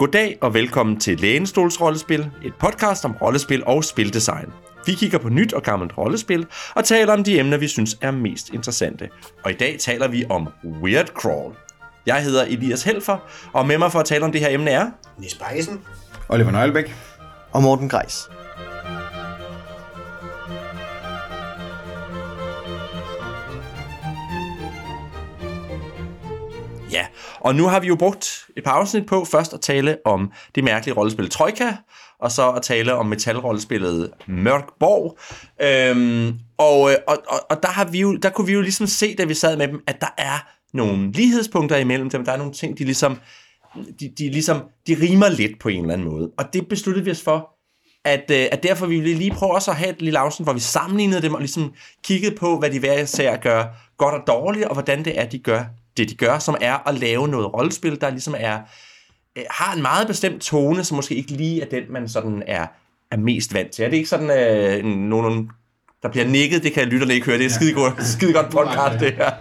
Goddag og velkommen til Lænestols Rollespil, et podcast om rollespil og spildesign. Vi kigger på nyt og gammelt rollespil og taler om de emner, vi synes er mest interessante. Og i dag taler vi om Weird Crawl. Jeg hedder Elias Helfer, og med mig for at tale om det her emne er... Nis Bakkesen, Oliver Nøglebæk og Morten Greis. Ja, og nu har vi jo brugt et par afsnit på først at tale om det mærkelige rollespil Troika, og så at tale om metalrollespillet Mørk Borg. Og der kunne vi jo ligesom se, da vi sad med dem, at der er nogle lighedspunkter imellem dem. Der er nogle ting, de rimer lidt på en eller anden måde. Og det besluttede vi os for, at derfor vi ville lige prøve også at have et lille afsnit, hvor vi sammenlignede dem og ligesom kiggede på, hvad de hver især gør godt og dårligt, og hvordan det er, de gør det, de gør, som er at lave noget rollespil, der ligesom har en meget bestemt tone, som måske ikke lige er den, man sådan er mest vant til. Er det ikke sådan nogen, der bliver nikket? Det kan lytterne ikke høre. Det er skide godt podcast, det her.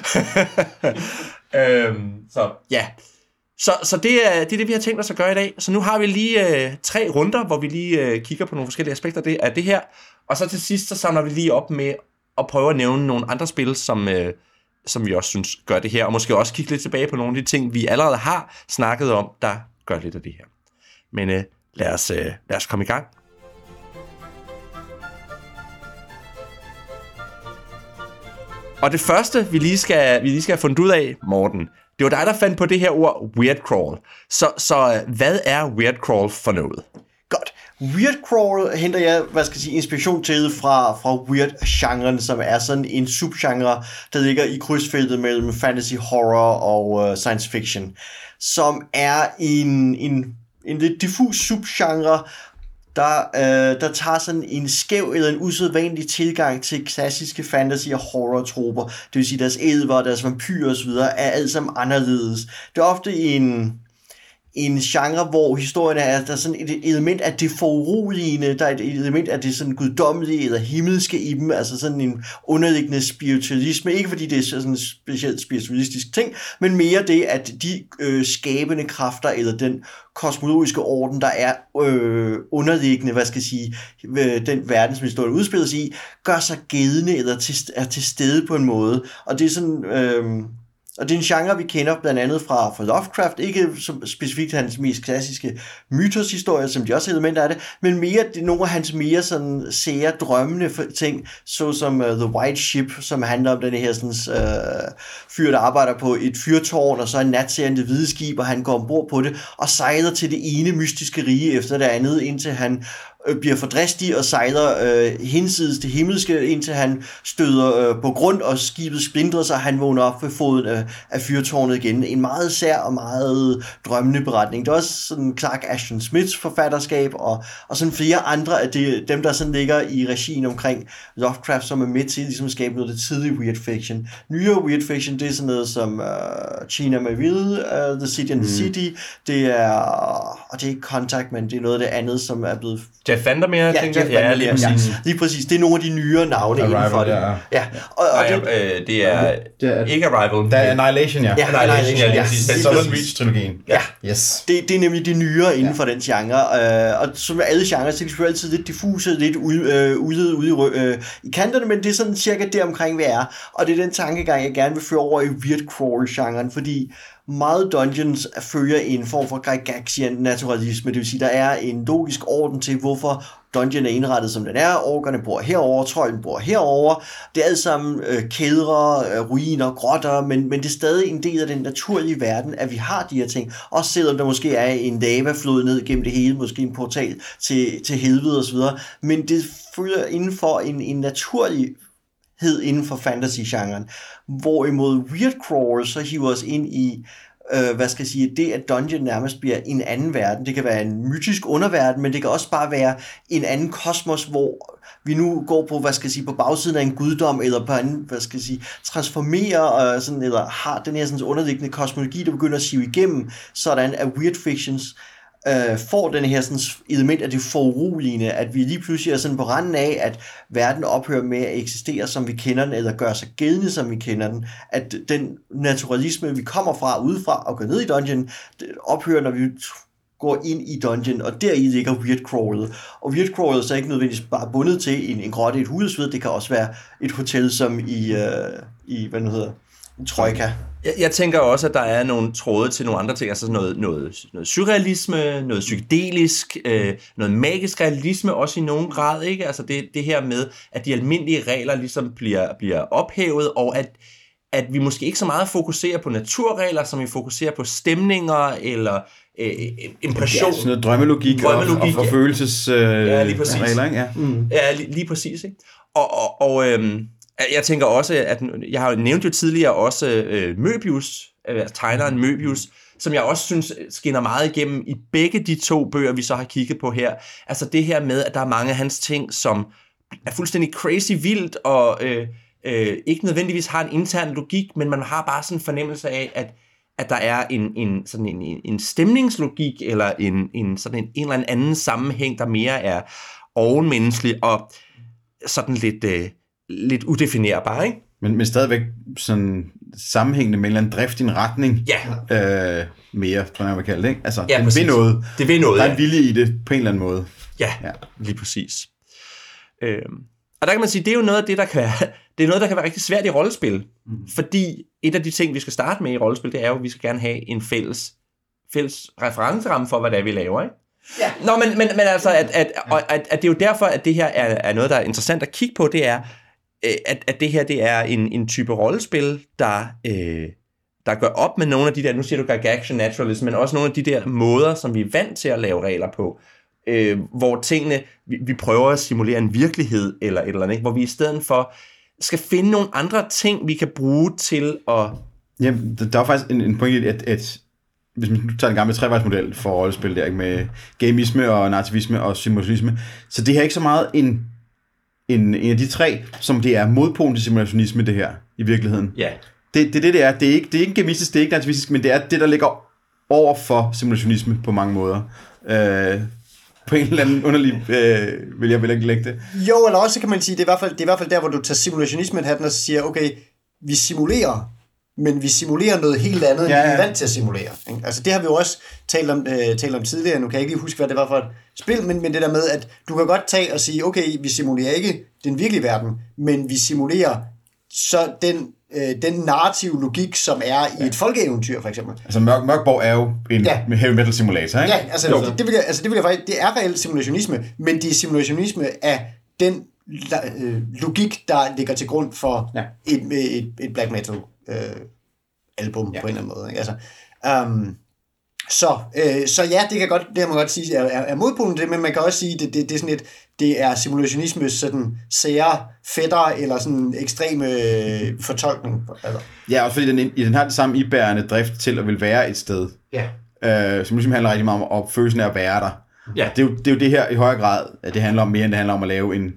Så ja. Så det er det, vi har tænkt os at gøre i dag. Så nu har vi lige 3 runder, hvor vi lige kigger på nogle forskellige aspekter af det her. Og så til sidst, så samler vi lige op med at prøve at nævne nogle andre spil, som vi også synes gør det her, og måske også kigge lidt tilbage på nogle af de ting, vi allerede har snakket om, der gør lidt af det her. Men lad os komme i gang. Og det første, vi lige skal have fundet ud af, Morten, det var dig, der fandt på det her ord Weird Crawl. Så hvad er Weird Crawl for noget? Godt. Weird Crawl henter jeg, inspiration til fra weird-genren, som er sådan en subgenre, der ligger i krydsfeltet mellem fantasy, horror og science fiction, som er en lidt diffus subgenre, der tager sådan en skæv eller en usædvanlig tilgang til klassiske fantasy- og horror-troper. Det vil sige, deres elver, deres vampyrer osv. er alt sammen anderledes. Det er ofte en genre, hvor historien er, der er sådan et element af det foruroligende, der er et element af det sådan guddommelige eller himmelske i dem, altså sådan en underliggende spiritualisme, ikke fordi det er sådan en specielt spiritualistisk ting, men mere det, at de skabende kræfter eller den kosmologiske orden, der er underliggende, den verden, som historien udspiller sig i, gør sig gældende eller er til stede på en måde, og det er sådan... Og det er en genre, vi kender blandt andet fra Lovecraft, ikke specifikt hans mest klassiske mytoshistorier, som de også er elementer af det, men mere nogle af hans mere sådan sære, drømmende ting, såsom The White Ship, som handler om den her fyr, der arbejder på et fyrtårn, og så en natsærende hvide skib, og han går ombord på det, og sejler til det ene mystiske rige efter det andet, indtil han bliver for dristig og sejler hinsides det himmelske, indtil han støder på grund, og skibet splintrer sig, og han vågner op ved foden af fyrtårnet igen. En meget sær og meget drømmende beretning. Det er også sådan Clark Ashton Smiths forfatterskab, og sådan flere andre af dem, der sådan ligger i regien omkring Lovecraft, som er med til ligesom at skabe noget af det tidlige weird fiction. Nyere weird fiction, det er sådan noget som China Maville, The City and the City, det er ikke Contact, men det er noget af det andet, som er blevet... Jeff Vandermeer, tænker jeg. Ja, lige præcis. Lige præcis. Det er nogle af de nyere navne inden for det. Ja. Det er ikke Arrival. Der er Annihilation, ja. Annihilation, ja. Southern Reach-trilogien. Ja. Yes. Det er nemlig de nyere inden for den genre. Og som med alle genrer, så er de selvfølgelig altid lidt diffuse, lidt ude i kanterne, men det er sådan cirka deromkring, vi er. Og det er den tankegang, jeg gerne vil føre over i Weird Crawl-genren, fordi meget dungeons følger en form for Gygaxian naturalisme, det vil sige, der er en logisk orden til, hvorfor dungeon er indrettet, som den er. Orkerne bor herover, trolden bor herover. Det er alt sammen kædre, ruiner, grotter, men det er stadig en del af den naturlige verden, at vi har de her ting. Også selvom der måske er en lavaflod ned gennem det hele, måske en portal til helvede osv. Men det følger inden for en naturlig inden for fantasy-genren. Hvorimod Weird Crawl så hiver os ind i det at dungeon nærmest bliver en anden verden. Det kan være en mytisk underverden, men det kan også bare være en anden kosmos, hvor vi nu går på, på bagsiden af en guddom, eller på en, transformerer, eller har den her sådan underliggende kosmologi, der begynder at sive igennem, sådan at weird fictions får den her sådan element af det foruroligende, at vi lige pludselig er sådan på randen af, at verden ophører med at eksistere, som vi kender den, eller gør sig gældende, som vi kender den, at den naturalisme, vi kommer fra udefra og går ned i dungeon, ophører, når vi går ind i dungeon, og deri ligger Weirdcrawlet. Og Weirdcrawlet er så ikke nødvendigvis bare bundet til en grotte i et hudesved, det kan også være et hotel som i hvad nu hedder, en Troika. Jeg tænker også, at der er nogle tråde til nogle andre ting, altså noget surrealisme, noget psykedelisk, noget magisk realisme også i nogen grad, ikke? Altså det her med, at de almindelige regler ligesom bliver ophævet, og at vi måske ikke så meget fokuserer på naturregler, som vi fokuserer på stemninger eller impression. Ja, sådan noget drømmelogik og følelsesregler, ikke? Ja. Ja, lige præcis, ikke? Og jeg tænker også, at jeg har nævnt jo tidligere også Möbius, tegneren Möbius, som jeg også synes skinner meget igennem i begge de 2 bøger, vi så har kigget på her. Altså det her med, at der er mange af hans ting, som er fuldstændig crazy vildt, og ikke nødvendigvis har en intern logik, men man har bare sådan en fornemmelse af, at der er en stemningslogik, eller en eller anden sammenhæng, der mere er ovenmenneskelig, og sådan lidt udefinerbar, ikke? Men stadigvæk sådan sammenhængende med en eller anden drift i en retning. Ja. Mere, tror jeg vil kalde det, ikke? Altså, ja, den vil noget. Det vil noget, der er en vilje i det, på en eller anden måde. Ja. Lige præcis. Og der kan man sige, det er jo noget af det, der kan være rigtig svært i rollespil. Fordi et af de ting, vi skal starte med i rollespil, det er jo, at vi skal gerne have en fælles referenceramme for, hvad det er, vi laver, ikke? Ja. Nå, men altså, at det er jo derfor, at det her er noget, der er interessant at kigge på, det er, at det her, det er en type rollespil, der gør op med nogle af de der, nu siger du Gygaxian naturalism, men også nogle af de der måder, som vi er vant til at lave regler på, hvor tingene, vi prøver at simulere en virkelighed, eller et eller andet, ikke? Hvor vi i stedet for skal finde nogle andre ting, vi kan bruge til at... Ja, der er faktisk en pointe, at hvis man tager den gamle trevejsmodel for rollespil der, ikke, med gamisme og narrativisme og simulationisme, så det her er ikke så meget en af de 3, som det er modpolen til simulationisme, det her, i virkeligheden. Ja. Det er. Det er ikke gamistisk, det er ikke narrativistisk, men det er det, der ligger over for simulationisme på mange måder. På en eller anden underlig vil jeg vel ikke lægge det. Jo, eller også kan man sige, det er i hvert fald der, hvor du tager simulationismen hatten og siger, okay, vi simulerer, men vi simulerer noget helt andet, end vi er vant til at simulere. Ikke? Altså det har vi jo også talt om tidligere, nu kan jeg ikke lige huske, hvad det var for et spil, men det der med, at du kan godt tage og sige, okay, vi simulerer ikke den virkelige verden, men vi simulerer så den narrative logik, som er i et folkeeventyr, for eksempel. Altså Mørkborg er jo en heavy metal simulator, ikke? Ja, det vil jeg faktisk, det er reelt simulationisme, men det er simulationisme af den logik, der ligger til grund for et black metal album på en eller anden måde. Ikke? Altså, så ja, det kan man godt sige er modpolen det, men man kan også sige det er sådan et, det er simulationisme sådan sære fætter eller sådan ekstreme fortolkning. Altså. Ja, også fordi den har det samme ibærende drift til at vil være et sted. Ja. Simulationisme handler rigtig meget om følelsen af at være der. Ja. Det er jo det her i højere grad, at det handler om mere, end det handler om at lave en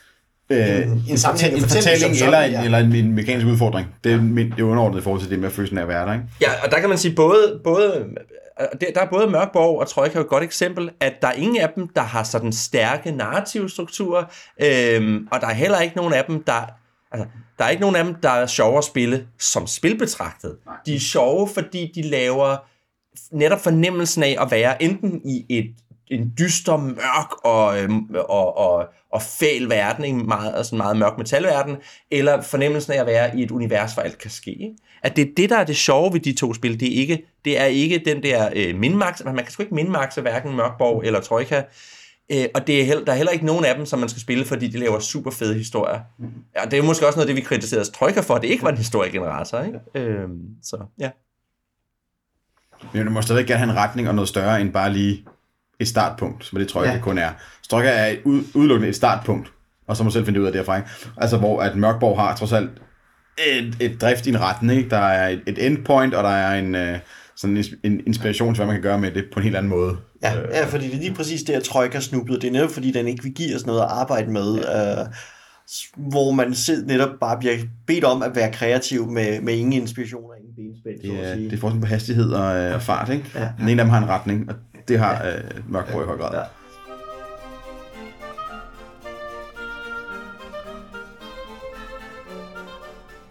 fortælling eller en mekanisk udfordring. Det er underordnet i forhold til det med følelsen af at være der, ikke? Ja, og der kan man sige der er både Mørkborg og Troika et godt eksempel, at der er ingen af dem, der har sådan stærke narrative strukturer, og der er heller ikke nogen af dem, der er ikke nogen af dem, der er sjove at spille som spilbetragtet. De er sjove, fordi de laver netop fornemmelsen af at være enten i en dyster, mørk og fæl verden, en meget mørk metalverden, eller fornemmelsen af at være i et univers, hvor alt kan ske. Ikke? At det er det, der er det sjove ved de 2 spil. Det er ikke den der minmax. Man kan sgu ikke minmaxe hverken Mørkborg eller Troika. Og der er heller ikke nogen af dem, som man skal spille, fordi de laver super fede historier. Ja, det er måske også noget af det, vi kritiserede Troika for, at det ikke var en historiegenerator. Ikke? Så ja. Men du må stadig gerne have en retning og noget større end bare lige et startpunkt, som det tror jeg, det kun er. Troika er udelukkende et startpunkt, og så må man selv finde ud af derfra, ikke? Altså, hvor at Mørkborg har trods alt et drift i en retning, ikke? Der er et endpoint, og der er sådan en inspiration til, hvad man kan gøre med det på en helt anden måde. Ja, fordi det er lige præcis det, at Troika snublede. Det er netop, fordi den ikke vil give os noget at arbejde med, hvor man netop bare bliver bedt om at være kreativ med ingen inspiration og ingen benspænd. Det er forskning på hastighed og fart, ikke? Ja. Den ene af dem har en retning, og det har Mørkborg i høj grad. Ja.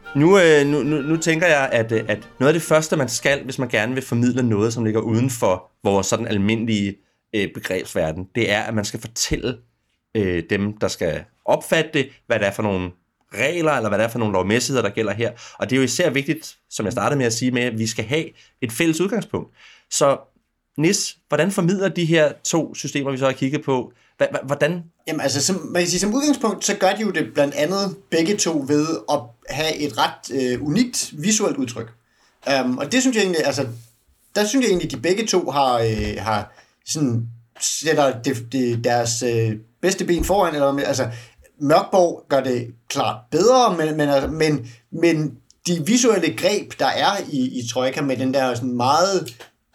Nu tænker jeg, at noget af det første, man skal, hvis man gerne vil formidle noget, som ligger uden for vores sådan almindelige begrebsverden, det er, at man skal fortælle dem, der skal opfatte det, hvad det er for nogle regler, eller hvad det er for nogle lovmæssigheder, der gælder her. Og det er jo især vigtigt, som jeg startede med at sige, med, at vi skal have et fælles udgangspunkt. Så Nis, hvordan formidler de her to systemer, vi så har kigget på, hvordan? Jamen altså, man kan sige, som udgangspunkt, så gør de jo det blandt andet begge to ved at have et ret unikt visuelt udtryk. Og det synes jeg egentlig, altså, der synes jeg egentlig, de begge to har sådan, sætter deres bedste ben foran, eller altså, Mørkborg gør det klart bedre, men de visuelle greb, der er i Troika, med den der sådan meget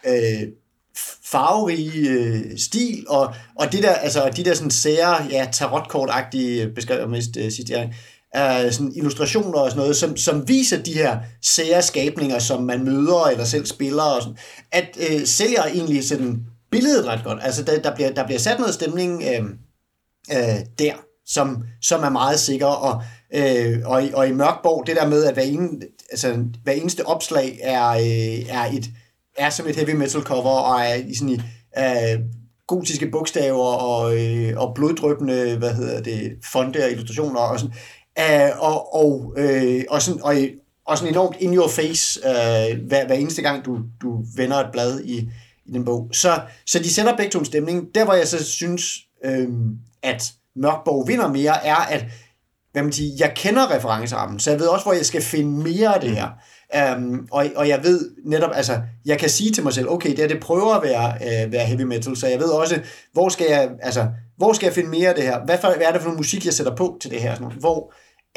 farverige stil, og det der, altså de der sådan sære, tarotkort-agtige, beskrev jeg mest sidste gang, sådan illustrationer og sådan noget, som viser de her sære skabninger, som man møder eller selv spiller, og sådan, at sælger egentlig sådan billedet ret godt. Altså der bliver sat noget stemning der, som er meget sikker, og i Mørkborg, det der med, at hver eneste opslag er som et heavy metal cover, og er i sådan gotiske bogstaver og bloddryppende, fonte og illustrationer og sådan, og sådan enormt in your face hver eneste gang du vender et blad i den bog. Så de sætter begge to en stemning. Der hvor jeg så synes at Mørkborg vinder mere, er at jeg kender referencerammen, så jeg ved også hvor jeg skal finde mere af det her. Og jeg ved netop, altså, jeg kan sige til mig selv, okay, det prøver at være heavy metal, så jeg ved også, hvor skal jeg finde mere af det her? Hvad er det for noget musik, jeg sætter på til det her? Sådan, hvor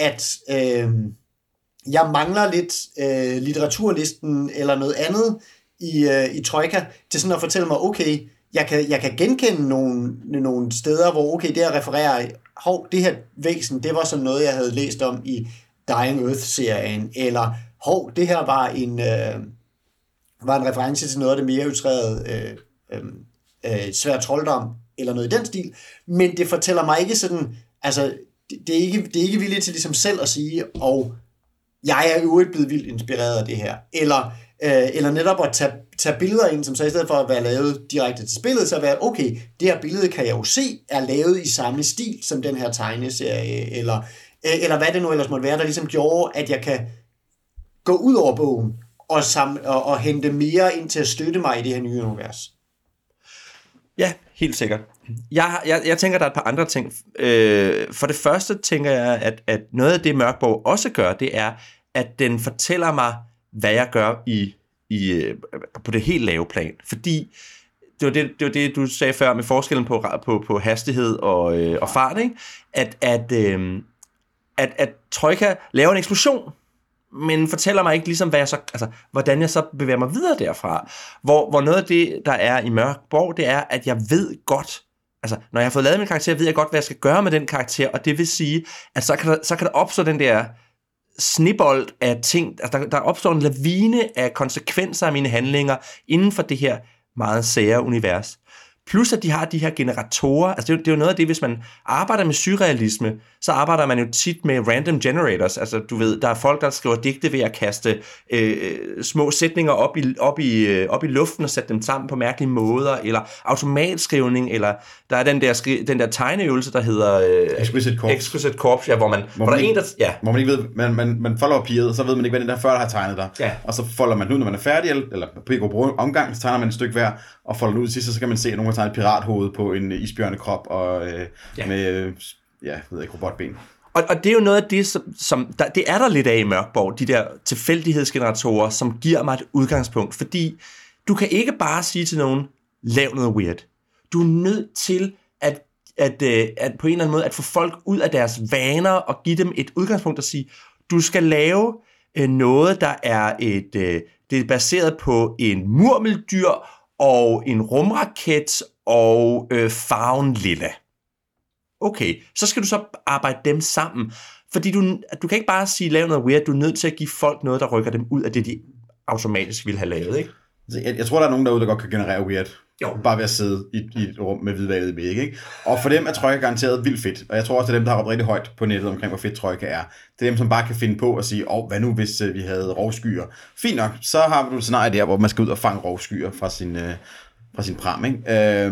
jeg mangler lidt litteraturlisten eller noget andet i Troika, til sådan at fortælle mig, okay, jeg kan genkende nogle steder, hvor okay, det her refererer, det her væsen, det var sådan noget, jeg havde læst om i Dying Earth-serien, eller det her var en reference til noget af det mere utrærede svær trolddom, eller noget i den stil, men det fortæller mig ikke sådan, altså, det er ikke villigt til ligesom selv at sige, og jeg er øvrigt blevet vildt inspireret af det her, eller netop at tage billeder ind, som så i stedet for at være lavet direkte til spillet, så at være, okay, det her billede kan jeg jo se, er lavet i samme stil som den her tegneserie, eller hvad det nu ellers måtte være, der ligesom gjorde, at jeg kan gå ud over bogen og hente mere ind til at støtte mig i det her nye univers. Ja, helt sikkert. Jeg tænker, der er et par andre ting. For det første tænker jeg, at noget af det Mørkborg også gør, det er, at den fortæller mig, hvad jeg gør på det helt lave plan. Fordi det var det, du sagde før med forskellen på hastighed og fart, ikke? At Troika laver en eksplosion, men fortæller mig ikke ligesom, hvordan jeg så bevæger mig videre derfra. Hvor noget af det, der er i Mørkborg, det er, at jeg ved godt, altså når jeg har fået lavet min karakter, ved jeg godt, hvad jeg skal gøre med den karakter, og det vil sige, at så kan der opstå den der snebold af ting, altså der opstår en lavine af konsekvenser af mine handlinger inden for det her meget sære univers. Plus at de har de her generatorer, altså det er jo noget af det, hvis man arbejder med surrealisme, så arbejder man jo tit med random generators, altså du ved, der er folk, der skriver digte ved at kaste små sætninger op i luften og sætte dem sammen på mærkelige måder, eller automatskrivning, eller der er den der tegneøvelse, der hedder Exquisite Corpse, ja, hvor der er en, der... Ja. Hvor man ikke ved, man folder papiret, så ved man ikke, hvad den der før, der har tegnet der. Ja. Og så folder man ud, når man er færdig, eller på omgang, så tegner man et stykke hver, og folder ud til sidst, så kan man se, at nogen har tegnet et pirathoved på en isbjørnekrop, og med, robotben. Og det er jo noget af det, som det er der lidt af i Mørkborg, de der tilfældighedsgeneratorer, som giver mig et udgangspunkt, fordi du kan ikke bare sige til nogen, lav noget weird. Du er nødt til at på en eller anden måde, at få folk ud af deres vaner, og give dem et udgangspunkt og sige, du skal lave noget, der er det er baseret på en murmeldyr, og en rumraket, og farven lilla. Okay, så skal du så arbejde dem sammen. Fordi du kan ikke bare sige, lav noget weird, du er nødt til at give folk noget, der rykker dem ud af det, de automatisk ville have lavet, ikke? Jeg tror, der er nogen derude, der godt kan generere weird. Jo. Bare ved at sidde i et rum med hvidvalet væg, ikke? Og for dem er trojka garanteret vildt fedt. Og jeg tror også, at dem, der har råbt rigtig højt på nettet omkring, hvor fedt trojka er, det er dem, som bare kan finde på at sige, hvad nu, hvis vi havde rovskyer? Fint nok, så har du et scenarie der, hvor man skal ud og fange rovskyer fra sin pram, ikke?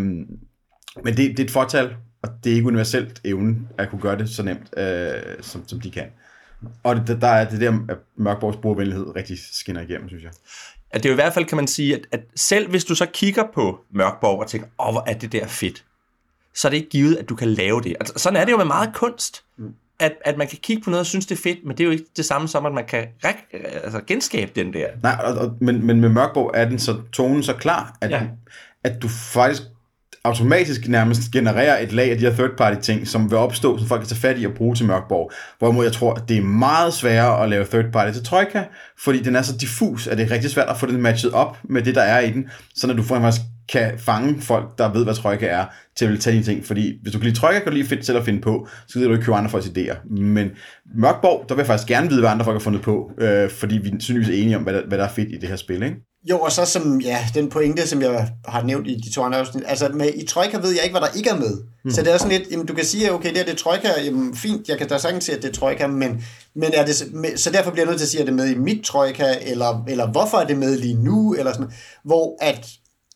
Men det er et fortal, og det er ikke universelt evnen at kunne gøre det så nemt, som de kan. Og der er det der, at Mørkborgs brugervenlighed rigtig skinner igennem, synes jeg. At det er jo i hvert fald, kan man sige, at selv hvis du så kigger på Mørkborg og tænker, hvor er det der fedt, så er det ikke givet, at du kan lave det. Altså, sådan er det jo med meget kunst, at man kan kigge på noget og synes, det er fedt, men det er jo ikke det samme som, at man kan genskabe den der. Nej, men med Mørkborg er den så tonen så klar, at du faktisk automatisk nærmest genererer et lag af de her third-party ting, som vil opstå, som folk kan tage fat i og bruge til Mørkborg. Hvorimod jeg tror, at det er meget sværere at lave third-party til Troika, fordi den er så diffus, at det er rigtig svært at få den matchet op med det, der er i den, så du faktisk kan fange folk, der ved, hvad Troika er, til at ville tage dine ting. Fordi hvis du kan lide Troika, kan du lige selv at finde på, så gider du ikke købe andre folks idéer. Men Mørkborg, der vil jeg faktisk gerne vide, hvad andre folk har fundet på, fordi vi synes, vi er enige om, hvad der er fedt i det her spil, ikke? Jo, og så som, den pointe, som jeg har nævnt i de 2 andre afsnit, altså i Troika ved jeg ikke, hvad der ikke er med. Så det er sådan lidt, jamen, du kan sige, okay, det er Troika, jamen fint, jeg kan da sagtens sige, at det er Troika, men er det, så derfor bliver jeg nødt til at sige, at det er med i mit Troika, eller hvorfor er det med lige nu, eller sådan, hvor at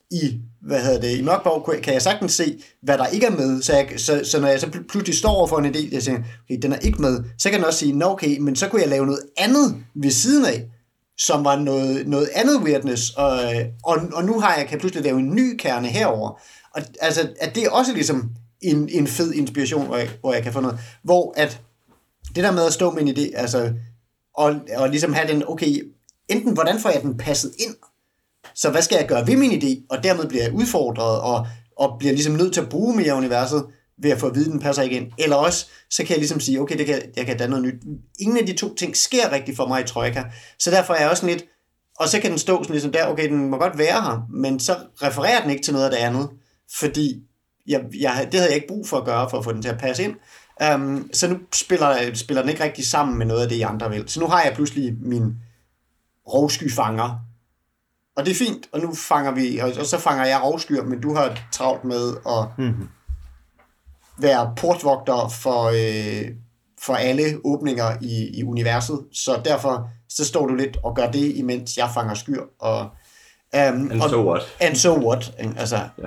i Mørkborg kan jeg sagtens se, hvad der ikke er med, så når jeg så pludselig står over for en idé, jeg siger, okay, den er ikke med, så kan jeg også sige, okay, men så kunne jeg lave noget andet ved siden af, som var noget andet weirdness, og nu kan jeg pludselig lave en ny kerne herover. Og altså, at det er også ligesom en fed inspiration, hvor jeg kan få noget, hvor at det der med at stå med en idé, altså, og ligesom have den, okay, enten hvordan får jeg den passet ind, så hvad skal jeg gøre ved min idé, og dermed bliver jeg udfordret, og bliver ligesom nødt til at bruge mere universet, ved at få at vide, den passer ikke ind. Eller også, så kan jeg ligesom sige, okay, jeg kan danne noget nyt. Ingen af de 2 ting sker rigtigt for mig i Troika. Så derfor er jeg også lidt, og så kan den stå sådan ligesom der, okay, den må godt være her, men så refererer den ikke til noget af det andet, fordi det havde jeg ikke brug for at gøre, for at få den til at passe ind. Så nu spiller den ikke rigtig sammen med noget af det, I andre vil. Så nu har jeg pludselig min rovskyfanger, og det er fint, og nu fanger vi, og så fanger jeg rovskyer, men du har travlt med at være portvogter for alle åbninger i universet, så derfor så står du lidt og gør det, imens jeg fanger skyr. And so what? And so what? Altså. Ja.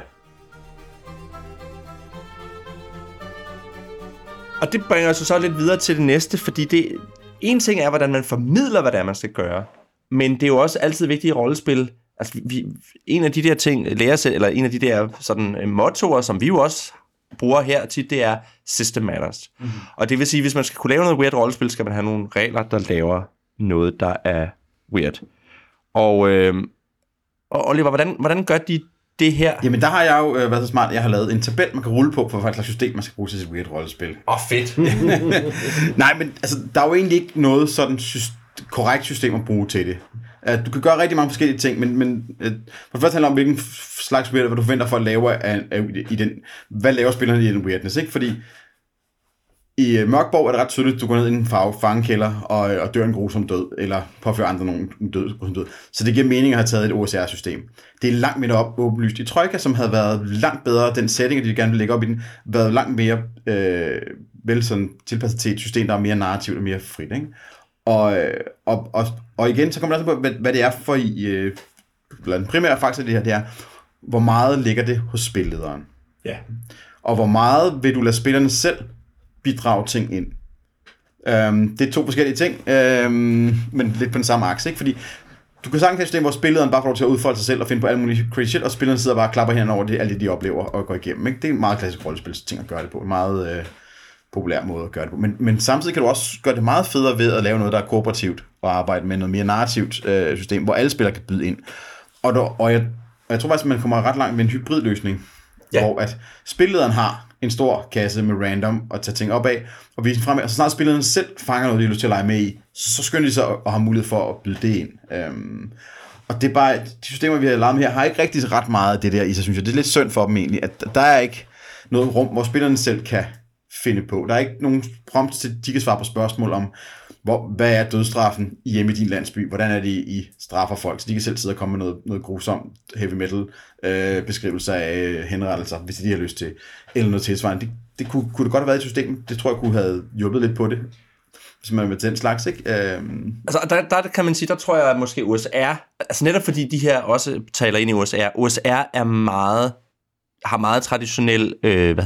Og det bringer os så lidt videre til det næste, fordi en ting er, hvordan man formidler, hvad det er, man skal gøre, men det er jo også altid vigtigt i rollespil. Altså, en af de der ting, eller en af de der sådan mottoer, som vi jo også bruger her tit, det er system matters. Mm-hmm. Og det vil sige, hvis man skal kunne lave noget weird rollespil, skal man have nogle regler, der laver noget, der er weird. Og Oliver, hvordan gør de det her? Jamen, der har jeg jo været så smart, jeg har lavet en tabel, man kan rulle på, for et slags system, man skal bruge til sit weird rollespil. Fedt! Nej, men altså, der er jo egentlig ikke noget sådan korrekt system at bruge til det. Du kan gøre rigtig mange forskellige ting, men for det første handler om, hvilken slags weird, hvad du forventer for at lave i den, hvad laver spillerne i den weirdness, ikke? Fordi i Mørkborg er det ret tydeligt, at du går ned i en fangekælder og dør en grusom død, eller påfører andre nogen grusom død. Så det giver mening at have taget et OSR-system. Det er langt mere åbenlyst i Troika, som havde været langt bedre, den setting, de gerne vil lægge op i den, været langt mere sådan tilpasset til et system, der er mere narrativt og mere frit, ikke? Og igen, så kommer der også på, hvad det er for den primære faktor det her, det er, hvor meget ligger det hos spillederen. Ja. Og hvor meget vil du lade spillerne selv bidrage ting ind. Det er 2 forskellige ting, men lidt på den samme akse, ikke? Fordi du kan sagtens have et system, hvor spillederen bare får lov til at udfolde sig selv og finde på alle mulige crazy shit, og spillerne sidder bare og klapper hinanden over alt det, de oplever og går igennem, ikke? Det er en meget klassisk rollespilsting at gøre det på. En meget populær måde at gøre det på. Men samtidig kan du også gøre det meget federe ved at lave noget, der er kooperativt, og arbejde med noget mere narrativt system, hvor alle spillere kan byde ind. Og jeg tror faktisk, at man kommer ret langt med en hybridløsning, hvor at spillederen har en stor kasse med random at tage ting op af, og vise fremad, og så snart spillerne selv fanger noget, de har lyst til at lege med i, så skynder de sig at have mulighed for at byde det ind. Og det er bare, de systemer, vi har lavet med her, har ikke rigtig ret meget af det der i sig, synes jeg. Det er lidt synd for dem egentlig, at der er ikke noget rum, hvor spillerne selv kan finde på. Der er ikke nogen prompt til, de kan svare på spørgsmål om, hvad er dødsstraffen hjemme i din landsby? Hvordan er det, I straffer folk? Så de kan selv sidde og komme med noget grusomt heavy metal beskrivelser af henrettelser, hvis de har lyst til, eller noget tilsvarende. Det kunne det godt have været i systemet. Det tror jeg kunne have hjulpet lidt på det, hvis man med den slags, ikke? Altså, der kan man sige, der tror jeg at måske USR, altså netop fordi de her også taler ind i USR har meget traditionel,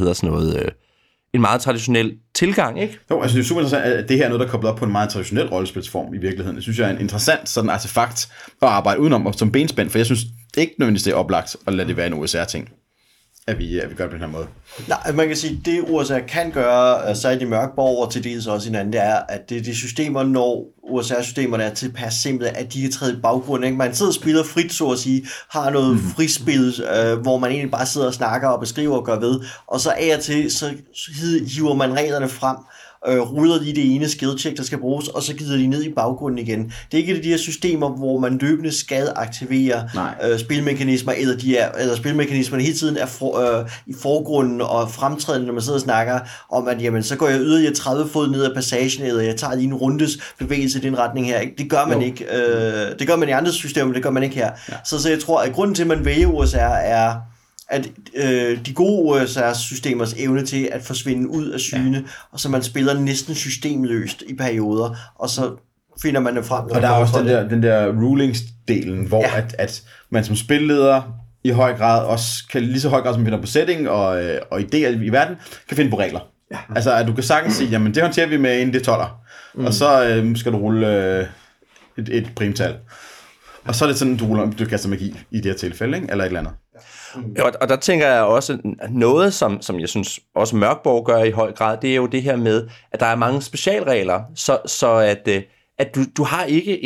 en meget traditionel tilgang, ikke? Jo, altså det er super interessant, at det her er noget, der er koblet op på en meget traditionel rollespilsform i virkeligheden. Det synes jeg er en interessant sådan artefakt at arbejde udenom som benspænd, for jeg synes ikke nødvendigvis, det er oplagt at lade det være en OSR-ting, at vi gør det på den her måde. Nej, man kan sige, det OSR kan gøre, særligt i Mørkborg og til dels også hinanden, det er, at det er de systemer, når OSR-systemerne er tilpas simple, at de kan træde i baggrunden. Ikke? Man sidder og spiller frit, så at sige, har noget frispil, hvor man egentlig bare sidder og snakker og beskriver og gør ved, og så af og til, så hiver man reglerne frem, ruder de det ene skillcheck, der skal bruges, og så gider de ned i baggrunden igen. Det er ikke de her systemer, hvor man løbende skal aktivere spilmekanismer, eller spilmekanismerne hele tiden er i forgrunden og fremtrædende, når man sidder og snakker om, at jamen, så går jeg yderligere 30 fod ned ad passagen, eller jeg tager lige en rundes bevægelse i den retning her. Det gør man ikke. Det gør man i andre systemer, det gør man ikke her. Ja. Så jeg tror, at grunden til, at man vælger OSR er at de gode OSR-systemers evne til at forsvinde ud af syne, og så man spiller næsten systemløst i perioder, og så finder man det frem. Og der er også den der rulingsdelen, hvor at man som spilleder i høj grad også kan, lige så høj grad som finder på setting og idéer i verden, kan finde på regler. Ja. Altså at du kan sagtens sige, jamen det håndterer vi med en D12'er, og så skal du rulle et primtal. Og så er det sådan, du kaster magi i det her tilfælde, ikke? Eller et eller andet. Og der tænker jeg også, noget som jeg synes også Mørkborg gør i høj grad, det er jo det her med, at der er mange specialregler, så at du har ikke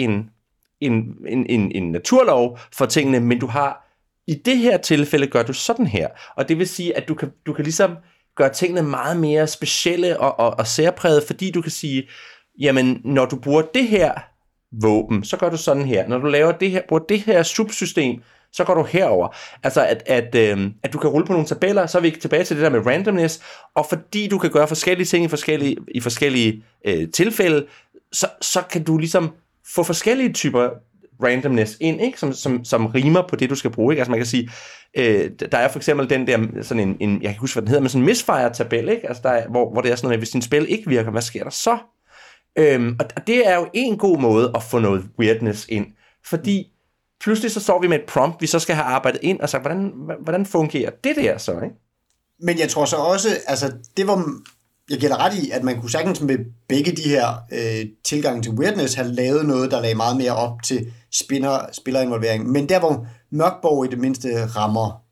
en naturlov for tingene, men du har, i det her tilfælde gør du sådan her. Og det vil sige, at du kan ligesom gøre tingene meget mere specielle og særpræget, fordi du kan sige, jamen når du bruger det her våben, så gør du sådan her. Når du laver det her, bruger det her subsystem, så går du herover. Altså, at du kan rulle på nogle tabeller, så er vi tilbage til det der med randomness, og fordi du kan gøre forskellige ting i forskellige tilfælde, så kan du ligesom få forskellige typer randomness ind, ikke? Som rimer på det, du skal bruge. Ikke? Altså, man kan sige, der er for eksempel den der, sådan en jeg kan huske, hvad den hedder, men sådan en misfire-tabel, ikke? Altså, der er, hvor det er sådan noget, hvis din spil ikke virker, hvad sker der så? Og det er jo en god måde at få noget weirdness ind, fordi pludselig så står vi med et prompt, vi så skal have arbejdet ind, og sagt, hvordan fungerer det der så, ikke? Men jeg tror så også, altså det var, jeg gælder ret i, at man kunne sagtens med begge de her tilgange til weirdness have lavet noget, der lagde meget mere op til spillerinvolvering. Men der hvor Mørkborg i det mindste rammer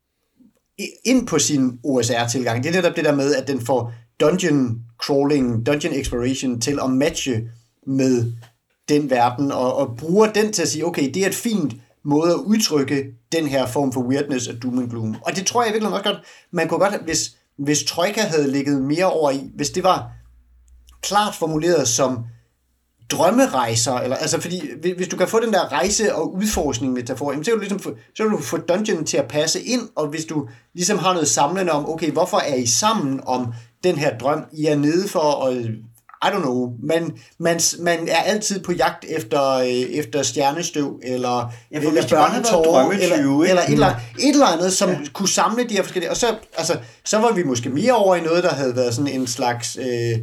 ind på sin OSR-tilgang, det er netop det der med, at den får dungeon crawling, dungeon exploration til at matche med den verden, og bruger den til at sige, okay, det er et fint måde at udtrykke den her form for weirdness og doom and gloom. Og det tror jeg virkelig også godt, man kunne godt, hvis Troika havde ligget mere over i, hvis det var klart formuleret som drømmerejser, eller, altså fordi, hvis du kan få den der rejse- og udforskning-metafor, så kan du få dungeon til at passe ind, og hvis du ligesom har noget samlende om, okay, hvorfor er I sammen om den her drøm, I er nede for, og I don't know, man er altid på jagt efter stjernestøv, eller børnetår, eller et eller andet, som kunne samle de her forskellige, og så var vi måske mere over i noget, der havde været sådan en slags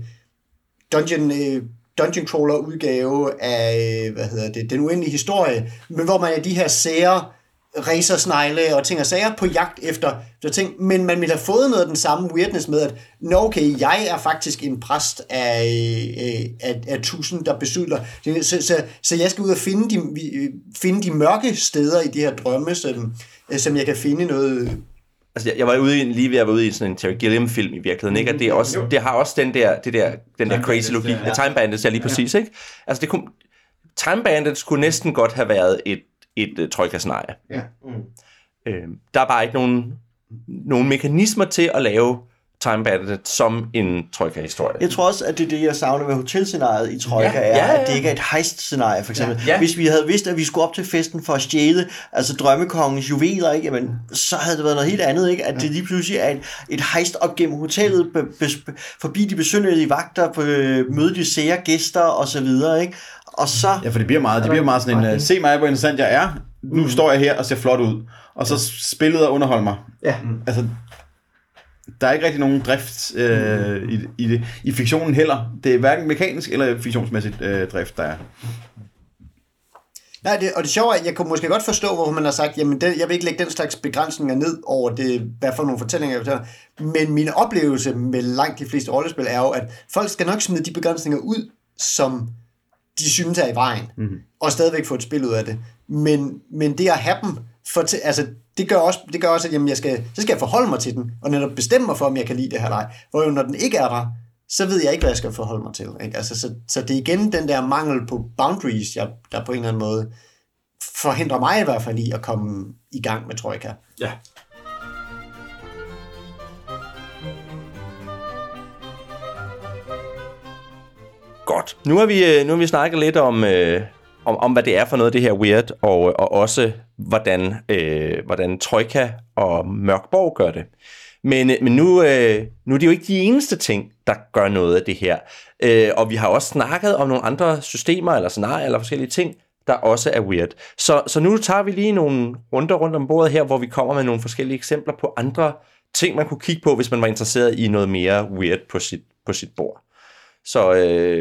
dungeon crawler udgave af, den uendelige historie, men hvor man er de her sære racersnegle og ting og sager på jagt efter ting, men man ville have fået noget af den samme weirdness med, at okay, jeg er faktisk en præst af tusind, der besudler. Så jeg skal ud og finde de mørke steder i de her drømme, som jeg kan finde noget. Altså, jeg var lige ved at være ude i sådan en Terry Gilliam-film i virkeligheden, ikke? Og det har også den der crazy logik. Time Bandits er lige præcis, ikke? Altså, Time Bandits kunne næsten godt have været et troika-scenarie. Ja. Der er bare ikke nogen mekanismer til at lave Time Bandit som en Troika-historie. Jeg tror også, at det er det, jeg savner ved hotelscenariet i Troika, at det ikke er et heist-scenarie, for eksempel. Ja. Hvis vi havde vidst, at vi skulle op til festen for at stjæle, altså drømmekongens juveler, ikke? Jamen, så havde det været noget helt andet, ikke? At det lige pludselig er et heist op gennem hotellet, forbi de besynderlige vagter, møde de sære gæster, og så videre, ikke? Og så... Ja, for det bliver meget sådan en, se mig, hvor interessant jeg er, nu står jeg her og ser flot ud, og så spillet og underholde mig. Ja. Altså, der er ikke rigtig nogen drift i det. I fiktionen heller. Det er hverken mekanisk eller fiktionsmæssigt drift, der er. Nej, og det sjove er, at jeg kunne måske godt forstå, hvorfor man har sagt, jamen jeg vil ikke lægge den slags begrænsninger ned over det, hvad for nogle fortællinger jeg fortæller. Men min oplevelse med langt de fleste rollespil er jo, at folk skal nok smide de begrænsninger ud, som de synes er i vejen, og stadigvæk få et spil ud af det. Men det at have dem, det gør også, at jamen, så skal jeg forholde mig til den, og netop bestemme mig for, om jeg kan lide det her eller ej. Hvor jo, når den ikke er der, så ved jeg ikke, hvad jeg skal forholde mig til. Ikke? Altså, så det er igen den der mangel på boundaries, der på en eller anden måde forhindrer mig i hvert fald i at komme i gang med Troika. Ja. Godt. Nu har vi snakket lidt om hvad det er for noget, det her Weird, og også hvordan Troika og Mørkborg gør det. Men nu er det jo ikke de eneste ting, der gør noget af det her. Og vi har også snakket om nogle andre systemer eller scenarier eller forskellige ting, der også er weird. Så nu tager vi lige nogle runder rundt om bordet her, hvor vi kommer med nogle forskellige eksempler på andre ting, man kunne kigge på, hvis man var interesseret i noget mere weird på sit bord. Så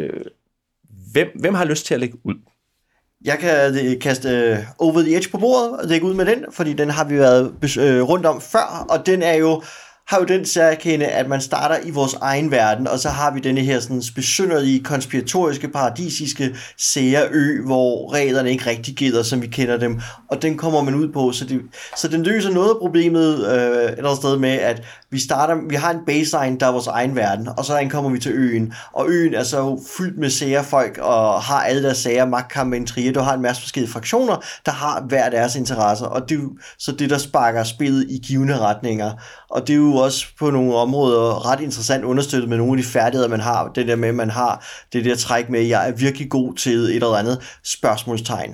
hvem har lyst til at lægge ud? Jeg kan kaste Over the Edge på bordet og lægge ud med den, fordi den har vi været rundt om før, og den har jo den særkende, at man starter i vores egen verden, og så har vi denne her sådan besynderlige, konspiratoriske, paradisiske særeø, hvor reglerne ikke rigtig gælder, som vi kender dem, og den kommer man ud på, så den løser noget af problemet et eller andet sted med, at vi har en baseline, der er vores egen verden, og så kommer vi til øen, og øen er så fyldt med særefolk, og har alle deres sager, magtkampe, intriger, du har en masse forskellige fraktioner, der har hver deres interesser, og det er så det, der sparker spillet i givende retninger, og det er jo også på nogle områder ret interessant understøttet med nogle af de færdigheder, man har. Det der med, at man har det der træk med, at jeg er virkelig god til et eller andet spørgsmålstegn.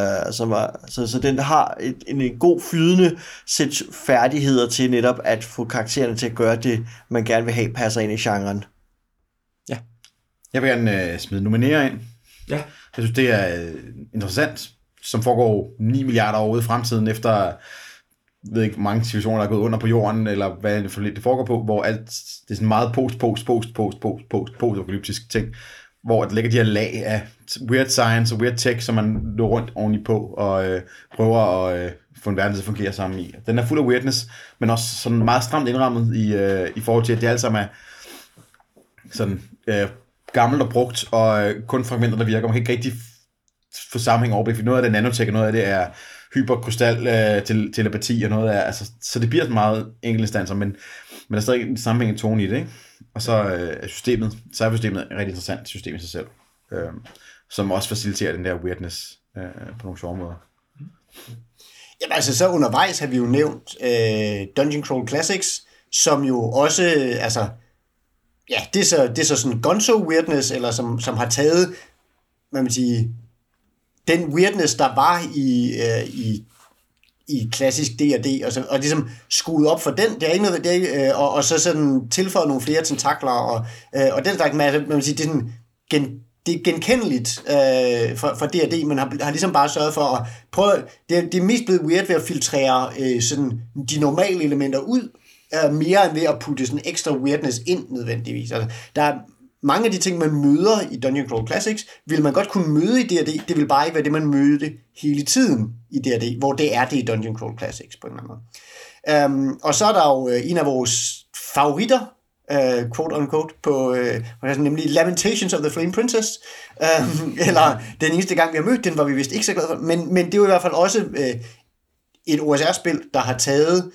Så den har en god flydende sæt færdigheder til netop at få karaktererne til at gøre det, man gerne vil have, passer ind i genren. Ja. Jeg vil gerne smide nominere ind. Ja. Jeg synes, det er interessant, som foregår 9 milliarder år ude i fremtiden efter... Jeg ved ikke, hvor mange situationer, der er gået under på jorden, eller hvad det foregår på, hvor alt, det er sådan meget post-apokalyptisk ting, hvor der ligger de her lag af weird science og weird tech, som man løber rundt oveni på, og prøver at få en verden til at fungere sammen i. Den er fuld af weirdness, men også sådan meget stramt indrammet i forhold til, at det alle sammen er sådan gammelt og brugt, og kun fragmenter, der virker. Man kan ikke rigtig få sammenhæng overblik, for noget af det er nanotech, og noget af det er hyperkrystal telepati og noget af, altså, så det bliver sådan meget enkeltinstanser, men der er stadig en sammenhængende tone i det, ikke? Og så er cybersystemet et rigtig interessant system i sig selv, som også faciliterer den der weirdness på nogle sjove måder. Jamen altså, så undervejs har vi jo nævnt Dungeon Crawl Classics, som jo også, altså, ja, det er så sådan gonzo weirdness, eller som har taget, hvad man siger, den weirdness, der var i klassisk D&D, og ligesom skudt op for den, det er ikke noget, og så sådan tilføjet nogle flere tentakler, og den slags med, man sige, det er sådan det er genkendeligt for D&D, men har ligesom bare sørget for at prøve, det er mest blevet weird ved at filtrere sådan de normale elementer ud, mere end ved at putte sådan ekstra weirdness ind nødvendigvis. Altså, der er mange af de ting, man møder i Dungeon Crawl Classics, vil man godt kunne møde i D&D, det vil bare ikke være det, man mødte hele tiden i D&D, hvor det er det i Dungeon Crawl Classics på en eller anden måde. Og så er der jo en af vores favoritter, quote unquote, på nemlig Lamentations of the Flame Princess, eller den eneste gang, vi har mødt den, var vi vist ikke så glade for, men det er jo i hvert fald også et OSR-spil, der har taget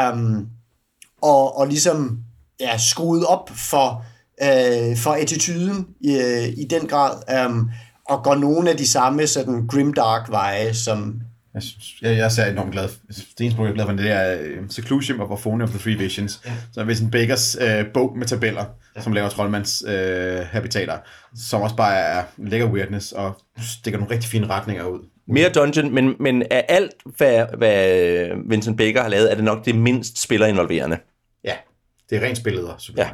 og ligesom skruet op for attituden i den grad, og går nogle af de samme sådan grimdark veje, som Jeg er enormt glad. Det eneste, jeg er glad for, det er Seclusion of Orphonia of the Three Visions. Ja. Så er Vincent Bakers bog med tabeller, som laver troldmands habitater, som også bare er lækker weirdness og stikker nogle rigtig fine retninger ud. Mere dungeon, men af alt, hvad Vincent Baker har lavet, er det nok det mindst spillerinvolverende. Ja, det er rent spilleder. Ja.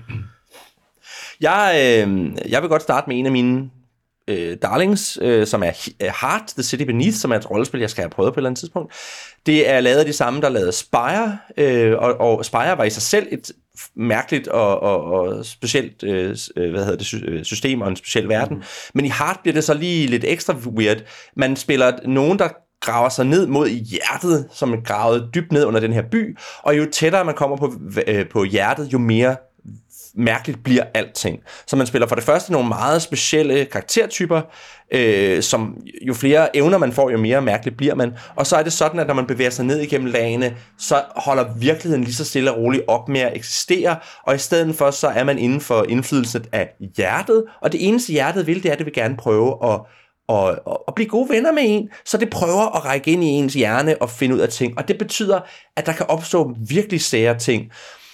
Jeg vil godt starte med en af mine darlings, som er Heart, The City Beneath, som er et rollespil, jeg skal have prøvet på et eller andet tidspunkt. Det er lavet af de samme, der lavede Spire, og Spire var i sig selv et mærkeligt og specielt system og en speciel verden. Men i Heart bliver det så lige lidt ekstra weird. Man spiller nogen, der graver sig ned mod hjertet, som er gravet dybt ned under den her by, og jo tættere man kommer på hjertet, jo mere mærkeligt bliver alting. Så man spiller for det første nogle meget specielle karaktertyper, som jo flere evner man får, jo mere mærkeligt bliver man. Og så er det sådan, at når man bevæger sig ned igennem lagene, så holder virkeligheden lige så stille og roligt op med at eksistere, og i stedet for, så er man inden for indflydelsen af hjertet, og det eneste hjertet vil, det er, at det vil gerne prøve at blive gode venner med en, så det prøver at række ind i ens hjerne og finde ud af ting, og det betyder, at der kan opstå virkelig sære ting.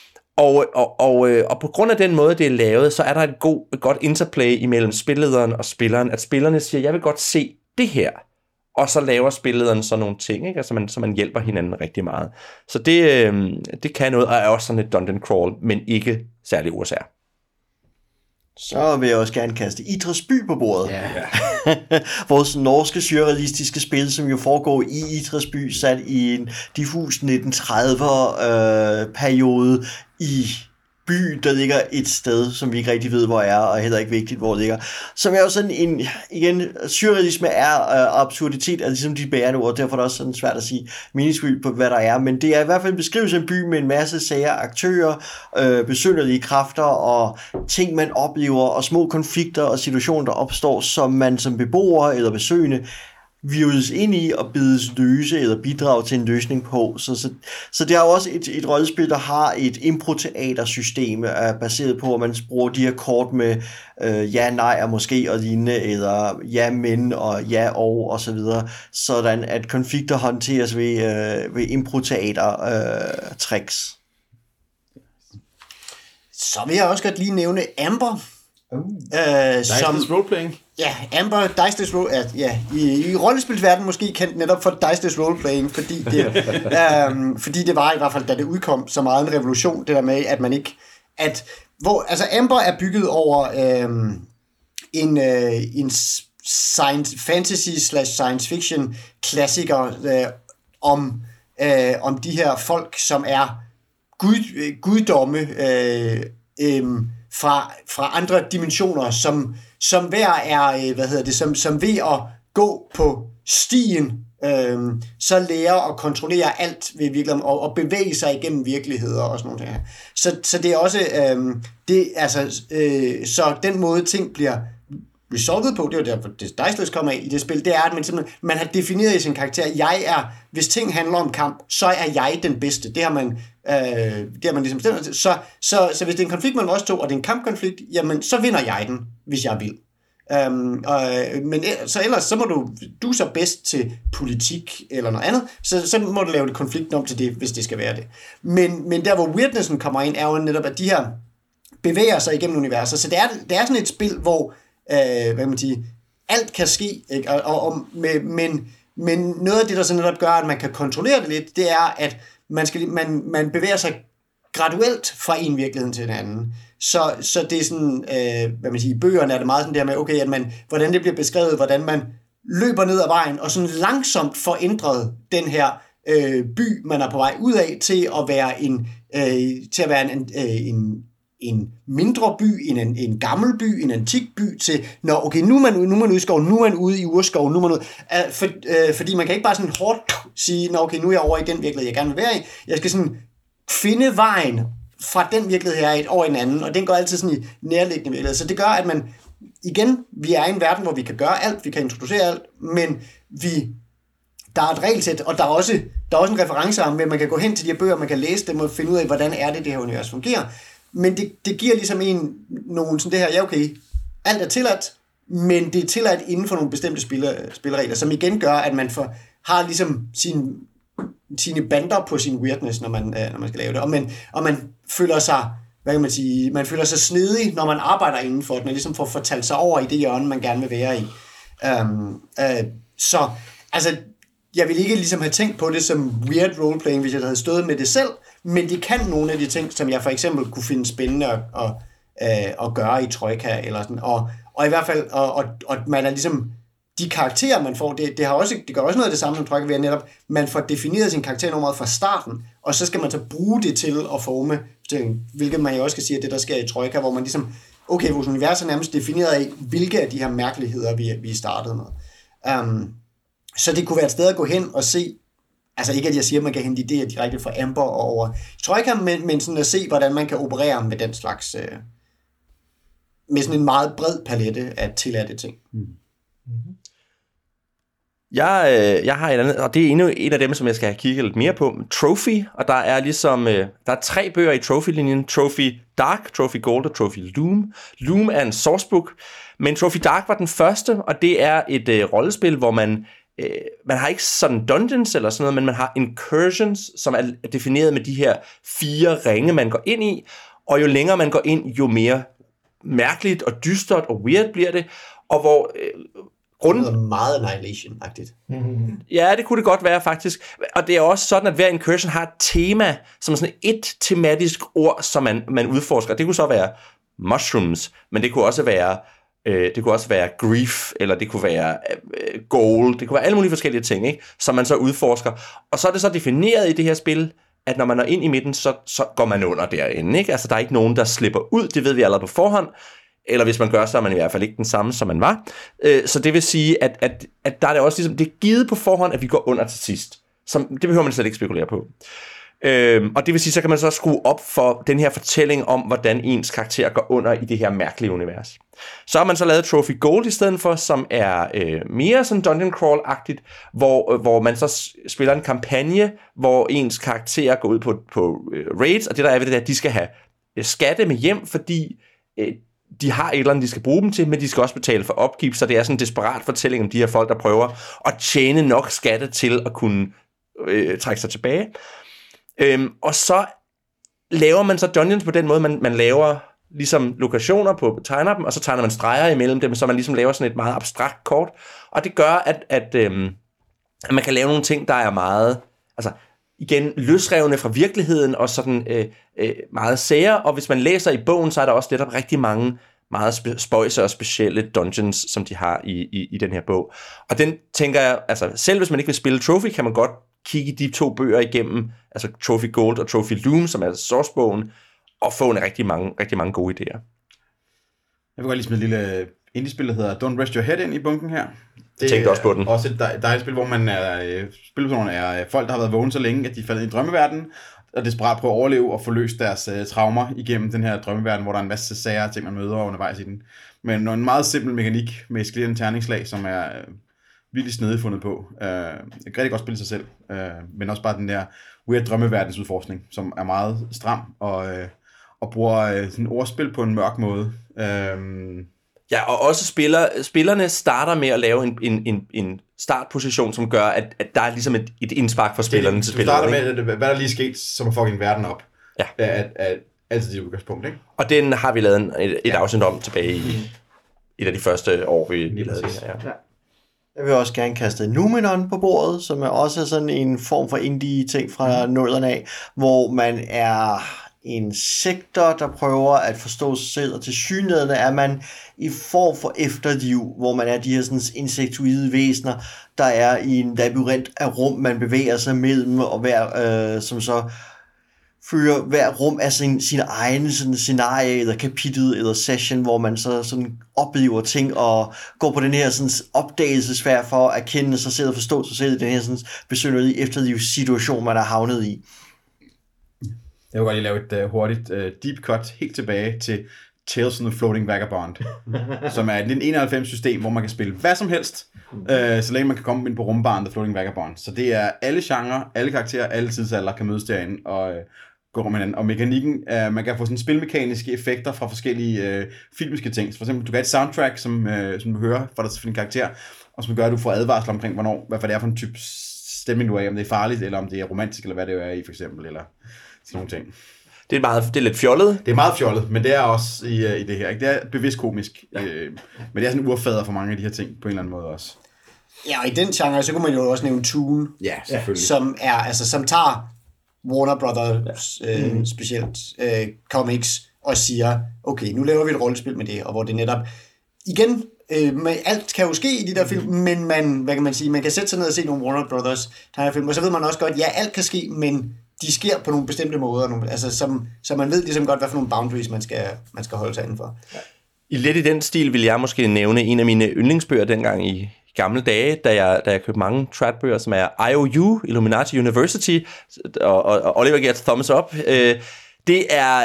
Og på grund af den måde, det er lavet, så er der et godt interplay imellem spillederen og spilleren, at spillerne siger, jeg vil godt se det her, og så laver spillederen så nogle ting, ikke? Altså så man hjælper hinanden rigtig meget. Så det kan noget, og er også sådan et dungeon crawl, men ikke særlig USR. Så vil jeg også gerne kaste Idræs by på bordet. Yeah. Vores norske surrealistiske spil, som jo foregår i Idræs by, sat i en diffus 1930'er periode i by, der ligger et sted, som vi ikke rigtig ved, hvor er, og heller ikke vigtigt, hvor det ligger. Som er jo sådan en, igen, surrealisme er absurditet, er ligesom de bærende ord, derfor er det også sådan svært at sige meningsfyldt på, hvad der er, men det er i hvert fald en beskrivelse af en by med en masse sager, aktører, besynderlige kræfter og ting, man oplever, og små konflikter og situationer, der opstår, som man som beboer eller besøgende virus ind i og bides løse eller bidrage til en løsning på. Så det er jo også et rollespil, der har et impro-teatersystem, baseret på, at man bruger de her kort med ja, nej og måske og lignende, eller ja, men og ja og så videre, sådan at konflikter håndteres ved impro-teater-tricks. Så vil jeg også godt lige nævne Amber. Diceless Roleplaying. Ja, Amber, Diceless Roleplaying. Ja, i rollespilsverdenen måske kendt netop for Diceless Roleplaying, fordi det var i hvert fald, da det udkom, så meget en revolution, det der med, at man ikke... altså Amber er bygget over en science fiction klassiker om de her folk, som er guddomme fra andre dimensioner, som hver er, som ved at gå på stien, så lærer at kontrollere alt ved virkeligheden, og bevæge sig igennem virkeligheder og sådan noget. Så det er også, så den måde ting bliver resolvet på, det er jo derfor, det Diceless kommer af i det spil, det er, at man har defineret i sin karakter, hvis ting handler om kamp, så er jeg den bedste. Det har man ligesom bestemt. Så hvis det er en konflikt mellem os to, og det er en kampkonflikt, jamen, så vinder jeg den, hvis jeg vil. Men så ellers, så må du så bedst til politik eller noget andet, så må du lave det konflikten om til det, hvis det skal være det. Men der, hvor weirdnessen kommer ind, er jo netop, at de her bevæger sig igennem universet. Så det er sådan et spil, hvor hvad kan man sige, alt kan ske, ikke? Men noget af det, der så netop gør, at man kan kontrollere det lidt, det er, at man bevæger sig graduelt fra en virkelighed til en anden. Så det er sådan, hvad man siger, i bøgerne er det meget sådan der med, okay, at hvordan det bliver beskrevet, hvordan man løber ned ad vejen, og sådan langsomt får ændret den her by, man er på vej ud af, til at være en mindre by, en gammel by, en antik by, til, okay, nu er man ude i skoven, nu er man ude i urskoven, nu er man ude, fordi man kan ikke bare sådan hårdt sige, okay, nu er jeg over i den virkelighed, jeg gerne vil være i. Jeg skal sådan finde vejen fra den virkelighed her over i en anden, og den går altid sådan i nærliggende virkelighed. Så det gør, at vi er i en verden, hvor vi kan gøre alt, vi kan introducere alt, men der er et regelsæt, og der er også en referenceramme, hvor man kan gå hen til de her bøger, man kan læse dem og finde ud af, hvordan er det her univers fungerer. Men det giver ligesom nogen sådan det her, ja okay, alt er tilladt, men det er tilladt inden for nogle bestemte spilleregler, som igen gør, at har ligesom sine bander på sin weirdness, når man skal lave det. Og man føler sig, hvad kan man sige, man føler sig snedig, når man arbejder inden for den, og ligesom får fortalt sig over i det hjørne, man gerne vil være i. Så, altså, jeg ville ikke ligesom have tænkt på det som weird roleplaying, hvis jeg havde stået med det selv, men det kan nogle af de ting, som jeg for eksempel kunne finde spændende at gøre i Troika, eller sådan, og i hvert fald, og man er ligesom, de karakterer, man får, det gør også noget af det samme som Troika, ved at netop, man får defineret sin karakter meget fra starten, og så skal man så bruge det til at forme, hvilket man jo også kan sige, at det der sker i Troika, hvor man ligesom, okay, vores univers er nærmest defineret af, hvilke af de her mærkeligheder, vi startede med. Så det kunne være et sted at gå hen og se, altså ikke at jeg siger, at man kan hente idéer direkte fra Amber og over Troika, men sådan at se, hvordan man kan operere med den slags, med sådan en meget bred palette af tilladte ting. Jeg har et andet, og det er endnu en af dem, som jeg skal have kigget lidt mere på, Trophy, og der er ligesom, der er 3 bøger i Trophy-linjen, Trophy Dark, Trophy Gold og Trophy Loom. Loom er en sourcebook, men Trophy Dark var den første, og det er et rollespil, hvor man har ikke sådan dungeons eller sådan noget, men man har incursions, som er defineret med de her 4 ringe, man går ind i, og jo længere man går ind, jo mere mærkeligt og dystert og weird bliver det, og hvor det er meget Annihilation-agtigt. Ja, det kunne det godt være faktisk. Og det er også sådan, at hver incursion har et tema, som er sådan et tematisk ord, som man udforsker. Det kunne så være mushrooms, men det kunne også være grief, eller det kunne være gold, det kunne være alle mulige forskellige ting, ikke? Som man så udforsker. Og så er det så defineret i det her spil, at når man er ind i midten, så går man under derinde, ikke? Altså, der er ikke nogen, der slipper ud, det ved vi allerede på forhånd. Eller hvis man gør, så er man i hvert fald ikke den samme, som man var. Så det vil sige, at der er det også ligesom, det er givet på forhånd, at vi går under til sidst. Det behøver man slet ikke spekulere på. Og det vil sige, så kan man så skrue op for den her fortælling om, hvordan ens karakter går under i det her mærkelige univers. Så har man så lavet Trophy Gold i stedet for, som er mere sådan dungeon crawl-agtigt, hvor man så spiller en kampagne, hvor ens karakter går ud på raids, og det der er ved det der, at de skal have skatte med hjem, fordi de har et eller andet, de skal bruge dem til, men de skal også betale for opgib, så det er sådan en desperat fortælling om de her folk, der prøver at tjene nok skatte til at kunne trække sig tilbage. Og så laver man så dungeons på den måde, man laver ligesom lokationer på, tegner dem, og så tegner man streger imellem dem, så man ligesom laver sådan et meget abstrakt kort, og det gør, at man kan lave nogle ting, der er meget, altså igen, løsrevne fra virkeligheden, og sådan meget sære, og hvis man læser i bogen, så er der også netop rigtig mange meget spøjse og specielle dungeons, som de har i den her bog. Og den tænker jeg, altså selv hvis man ikke vil spille Trophy, kan man godt kigge de 2 bøger igennem, altså Trophy Gold og Trophy Loom, som er sourcebogen, og få en rigtig mange gode idéer. Jeg vil godt lige smide et lille indie-spil, der hedder Don't Rest Your Head ind i bunken her. Jeg tænkte også på den. Også et dejligt spil, hvor man spilpersonerne er folk, der har været vågne så længe, at de falder i drømmeverdenen, og desperat prøver at overleve og få løst deres traumer igennem den her drømmeverden, hvor der er en masse sager og ting, man møder undervejs i den. Men en meget simpel mekanik med eskalerende terningslag, som er virkelig snedigt fundet på. Et rigtig godt spil i sig selv, men også bare den der weird drømmeverdensudforskning, som er meget stram og bruger sådan ordspil på en mørk måde. Ja, og også spillerne starter med at lave en startposition, som gør, at der er ligesom et indspark for spillerne til spillerne. Du starter med, hvad der lige sket, som at fucking verden op. Ja. At altid det udgangspunkt, ikke? Og den har vi lavet et afsnit om tilbage i et af de første år, vi lavede det her. Ja. Jeg vil også gerne kaste Numenon på bordet, som er også sådan en form for indie-ting fra nullerne af, hvor man er en sektor, der prøver at forstå sig selv, og tilsyneladende er man i form for efterliv, hvor man er de her sådan insektoide væsener, der er i en labyrint af rum, man bevæger sig mellem, og som så fører hver rum af sin egen sådan scenarie, eller kapitel, eller session, hvor man så sådan oplever ting, og går på den her sådan opdagelsesfærd for at kende sig selv og forstå sig selv i den her sådan besynderlige efterlivssituation, man er havnet i. Jeg vil godt lige lave et hurtigt deep cut helt tilbage til Tales from the Floating Vagabond, som er et 1991-system, hvor man kan spille hvad som helst, så længe man kan komme ind på rumbaren The Floating Vagabond. Så det er alle genrer, alle karakterer, alle tidsalder kan mødes derinde og gå rum hinanden. Og mekanikken, man kan få sådan spilmekaniske effekter fra forskellige filmiske ting. Så for eksempel, du kan have et soundtrack, som du hører fra din karakter, og som gør, at du får advarsler omkring, hvad det er for en type stemning nu af, om det er farligt, eller om det er romantisk, eller hvad det er i, for eksempel, eller sådan nogle ting. Det er lidt fjollet. Det er meget fjollet, men det er også i det her. Ikke? Det er bevidst komisk, men det er sådan en urfader for mange af de her ting, på en eller anden måde også. Ja, og i den genre, så kunne man jo også nævne Toon, Ja, selvfølgelig. som tager Warner Brothers specielt comics og siger, okay, nu laver vi et rollespil med det, og hvor det netop, igen, alt kan jo ske i de der film, men man kan sætte sig ned og se nogle Warner Brothers tegnefilm, og så ved man også godt, ja, alt kan ske, men de sker på nogle bestemte måder, så man ved ligesom godt, hvad for nogle boundaries man skal holde sig indenfor. Ja. Lidt i den stil vil jeg måske nævne en af mine yndlingsbøger dengang i gamle dage, da jeg købte mange Trad-bøger, som er IOU, Illuminati University, og Oliver giver thumbs up. Det er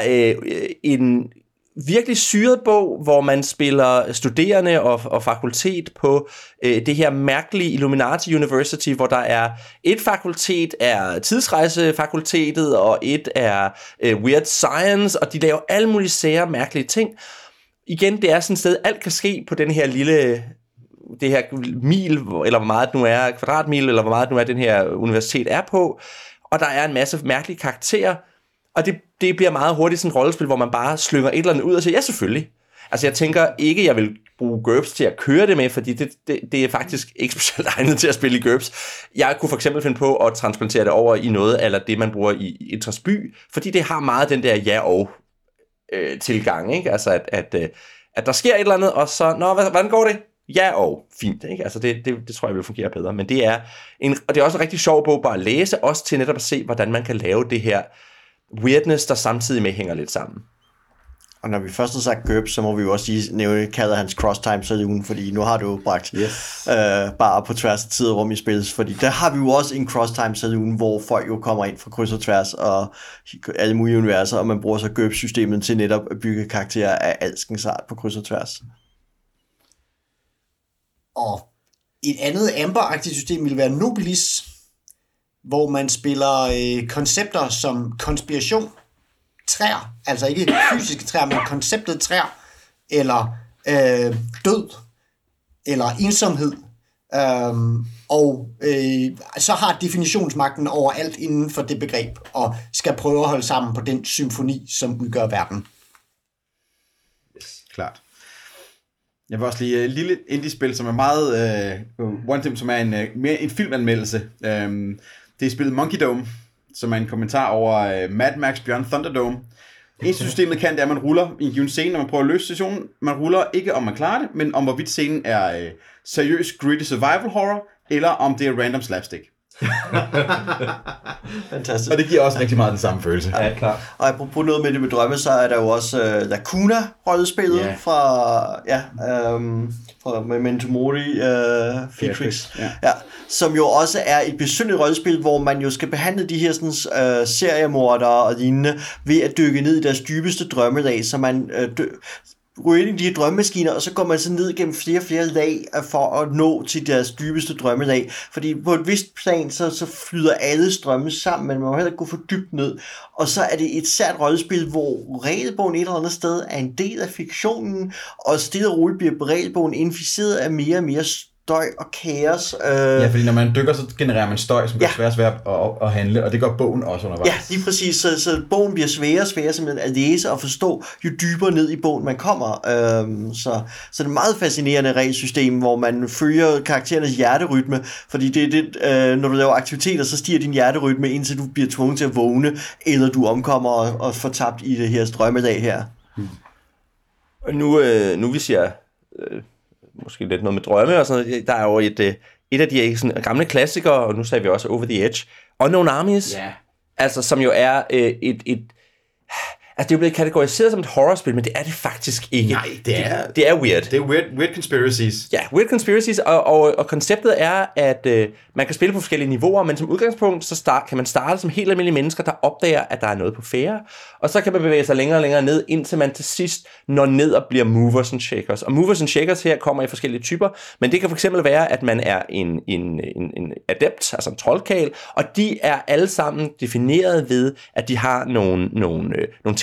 en virkelig syret bog, hvor man spiller studerende og fakultet på det her mærkelige Illuminati University, hvor der er et fakultet er tidsrejsefakultetet, og et er weird science, og de laver alle mulige sære mærkelige ting. Igen, det er sådan et sted, alt kan ske på den her det her mil, eller hvor meget det nu er, kvadratmil, eller hvor meget det nu er, den her universitet er på, og der er en masse mærkelige karakterer, og det bliver meget hurtigt sådan et rollespil, hvor man bare slynger et eller andet ud og siger, ja, selvfølgelig. Altså, jeg tænker ikke, jeg vil bruge GURPS til at køre det med, fordi det er faktisk ikke specielt egnet til at spille i GURPS. Jeg kunne for eksempel finde på at transplantere det over i noget, eller det, man bruger i Intrasby, fordi det har meget den der ja og tilgang, ikke? Altså, at der sker et eller andet, og så, hvordan går det? Ja og fint, ikke? Altså, det tror jeg vil fungere bedre, men det er også en rigtig sjov bog bare at læse, også til netop at se, hvordan man kan lave det her weirdness, der samtidig med hænger lidt sammen. Og når vi først har sagt GURPS, så må vi jo også lige nævne Callahan's Cross Time Saloon, fordi nu har du jo bragt bare på tværs af tid og rum i spil, fordi der har vi jo også en Cross Time Saloon, hvor folk jo kommer ind fra kryds og tværs og alle mulige universer, og man bruger så GURPS-systemet til netop at bygge karakterer af alskens art på kryds og tværs. Og et andet Amber-agtigt system vil være Nobilis, hvor man spiller koncepter som konspiration, træer, altså ikke fysiske træer, men konceptet træer, eller død, eller ensomhed, og så har definitionsmagten over alt inden for det begreb, og skal prøve at holde sammen på den symfoni, som udgør verden. Yes, klart. Jeg vil også lige et lille indie-spil, som er meget One Team, som er mere en filmanmeldelse. Det er spillet Monkey Dome, som er en kommentar over Mad Max Beyond Thunderdome. Eneste systemet kan, det er, at man ruller i en given scene, når man prøver at løse situationen. Man ruller ikke, om man klarer det, men om hvorvidt scenen er seriøs, gritty survival horror, eller om det er random slapstick. Fantastisk. Og det giver også rigtig meget den samme følelse. Ja, klart. Og apropos noget med det med drømme, så er der jo også Lacuna-rollespillet fra Memento Mori, Featrix, som jo også er et besynderligt rollespil, hvor man jo skal behandle de her sådan, seriemordere og lignende ved at dykke ned i deres dybeste drømmelag, så man ryger ind i de her drømmemaskiner, og så går man så ned gennem flere lag for at nå til deres dybeste drømmelag. Fordi på et vist plan, så flyder alle strømme sammen, men man må heller ikke gå for dybt ned. Og så er det et sært rollespil, hvor regelbogen et eller andet sted er en del af fiktionen, og stille og roligt bliver regelbogen inficeret af mere og mere støj og kaos. Ja, fordi når man dykker, så genererer man støj, som gør svært at handle, og det gør bogen også undervejs. Ja, lige præcis. Så bogen bliver sværere og sværere simpelthen at læse og forstå, jo dybere ned i bogen man kommer. Så det er et meget fascinerende regelsystem, hvor man følger karakterernes hjerterytme, fordi det er det, når du laver aktiviteter, så stiger din hjerterytme, indtil du bliver tvunget til at vågne, eller du omkommer og får tabt i det her strømmedag her. Og nu vi siger måske lidt noget med drømme og sådan noget. Der er jo et af de sådan, gamle klassikere, og nu sagde vi også Over the Edge, Unknown Armies, altså som jo er altså det er jo blevet kategoriseret som et horrorspil, men det er det faktisk ikke. Nej, det er weird. Det er weird conspiracies. Ja, weird conspiracies, og konceptet er, at man kan spille på forskellige niveauer, men som udgangspunkt, så kan man starte som helt almindelige mennesker, der opdager, at der er noget på færde, og så kan man bevæge sig længere og længere ned, indtil man til sidst når ned og bliver movers and shakers. Og movers and shakers her kommer i forskellige typer, men det kan for eksempel være, at man er en adept, altså en troldkarl, og de er alle sammen defineret ved, at de har nogle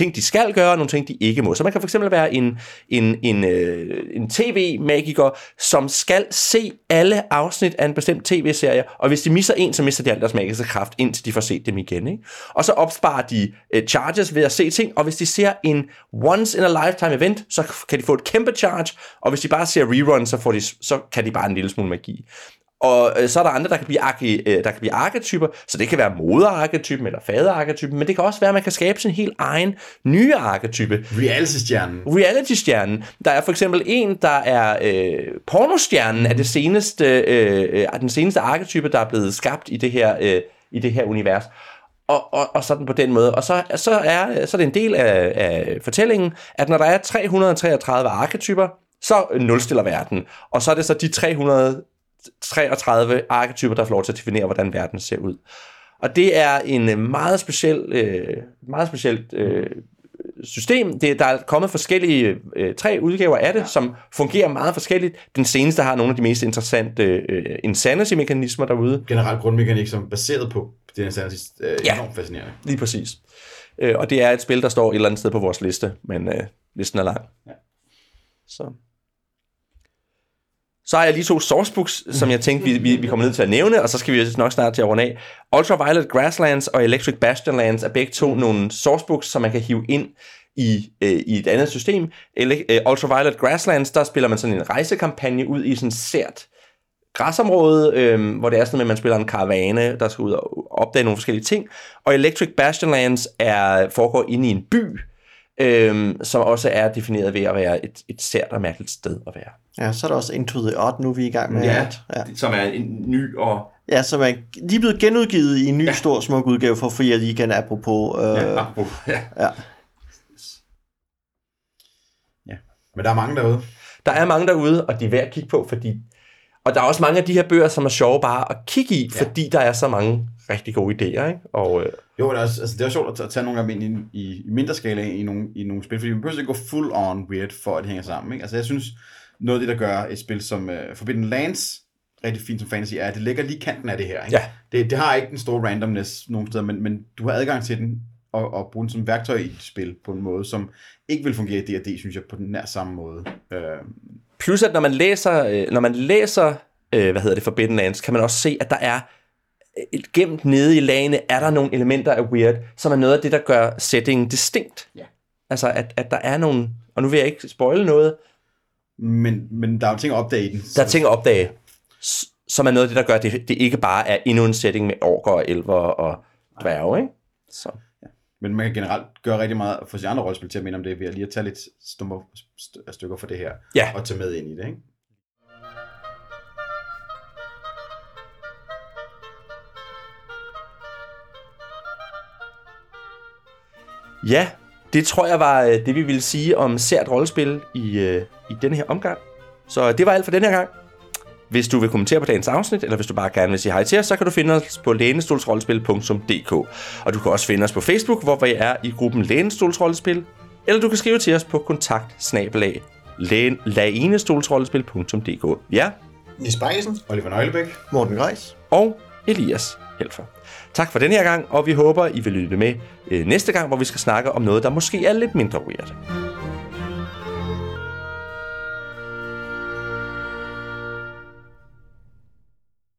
ting, de skal gøre, og nogle ting, de ikke må. Så man kan for eksempel være en tv-magiker, som skal se alle afsnit af en bestemt tv-serie, og hvis de misser en, så mister de al deres magiske kraft, indtil de får set dem igen. Ikke? Og så opsparer de charges ved at se ting, og hvis de ser en once-in-a-lifetime event, så kan de få et kæmpe charge, og hvis de bare ser rerun, så kan de bare en lille smule magi. Og så er der andre, der kan blive arketyper, så det kan være moderarketypen eller faderarketypen, men det kan også være, at man kan skabe sin helt egen nye arketype. Reality-stjernen. Der er for eksempel en, der er pornostjernen af den seneste arketype, der er blevet skabt i det her univers. Og sådan på den måde. Og så er det en del af fortællingen, at når der er 333 arketyper, så nulstiller verden. Og så er det så de 333 arketyper, der får lov til at definere, hvordan verden ser ud. Og det er en meget specielt system. Der er kommet forskellige 3 udgaver af det, som fungerer meget forskelligt. Den seneste har nogle af de mest interessante insanity-mekanismer derude. Generelt grundmekanik, som er baseret på det insanity, enormt fascinerende. Lige præcis. Og det er et spil, der står et eller andet sted på vores liste, men listen er lang. Ja. Så har jeg lige 2 sourcebooks, som jeg tænkte, vi kommer ned til at nævne, og så skal vi nok snart til at runde af. Ultraviolet Grasslands og Electric Bastionlands er begge 2 nogle sourcebooks, som man kan hive ind i et andet system. Ultraviolet Grasslands, der spiller man sådan en rejsekampagne ud i sådan et sært græsområde, hvor det er sådan, at man spiller en karavane, der skal ud og opdage nogle forskellige ting. Og Electric Bastionlands foregår inde i en by, som også er defineret ved at være et sært og mærkeligt sted at være. Ja, så er der også Into the Odd, nu er vi i gang med. Ja. Som er en ny og... Ja, som er lige blevet genudgivet i en ny stor smuk udgave for Free League, apropos. Ja, men der er mange derude. Der er mange derude, og de er værd at kigge på, fordi... Og der er også mange af de her bøger, som er sjove bare at kigge i, fordi der er så mange rigtig gode idéer, ikke? Og, Jo, det er sjovt at tage nogle af dem ind i mindre skala i nogle spil, fordi man behøver ikke gå full on weird for at det hænger sammen, ikke? Altså jeg synes, noget af det, der gør et spil som Forbidden Lands rigtig fint som fantasy, er, at det ligger lige kanten af det her, ikke? Ja. Det har ikke den store randomness nogen steder, men du har adgang til den og bruge den som værktøj i et spil på en måde, som ikke vil fungere i D&D, synes jeg, på den nær samme måde. Plus at når man læser Forbidden Lands, kan man også se, at der er gemt nede i lagene, er der nogle elementer af weird, som er noget af det, der gør settingen distinkt. Ja. Altså, at der er nogle, og nu vil jeg ikke spoile noget, men der er jo ting at opdage i den. Der er ting at opdage, som er noget af det, der gør, at det ikke bare er endnu en setting med orker og elver og dværge, ikke? Så. Ja. Men man kan generelt gøre rigtig meget for sine andre rollespil til at minde om det, ved at lige at tage lidt stykker for det her, og tage med ind i det, ikke? Ja, det tror jeg var det, vi ville sige om sært rollespil i denne her omgang. Så det var alt for denne her gang. Hvis du vil kommentere på dagens afsnit, eller hvis du bare gerne vil sige hej til os, så kan du finde os på lænestolsrollespil.dk. Og du kan også finde os på Facebook, hvor vi er i gruppen Lænestolsrollespil. Eller du kan skrive til os på kontakt@laenestolsrollespil.dk. Ja. Nis Bakkesen, Oliver Nøglebæk, Morten Greis og Elias Helfer. Tak for denne her gang, og vi håber, I vil lytte med næste gang, hvor vi skal snakke om noget, der måske er lidt mindre weird.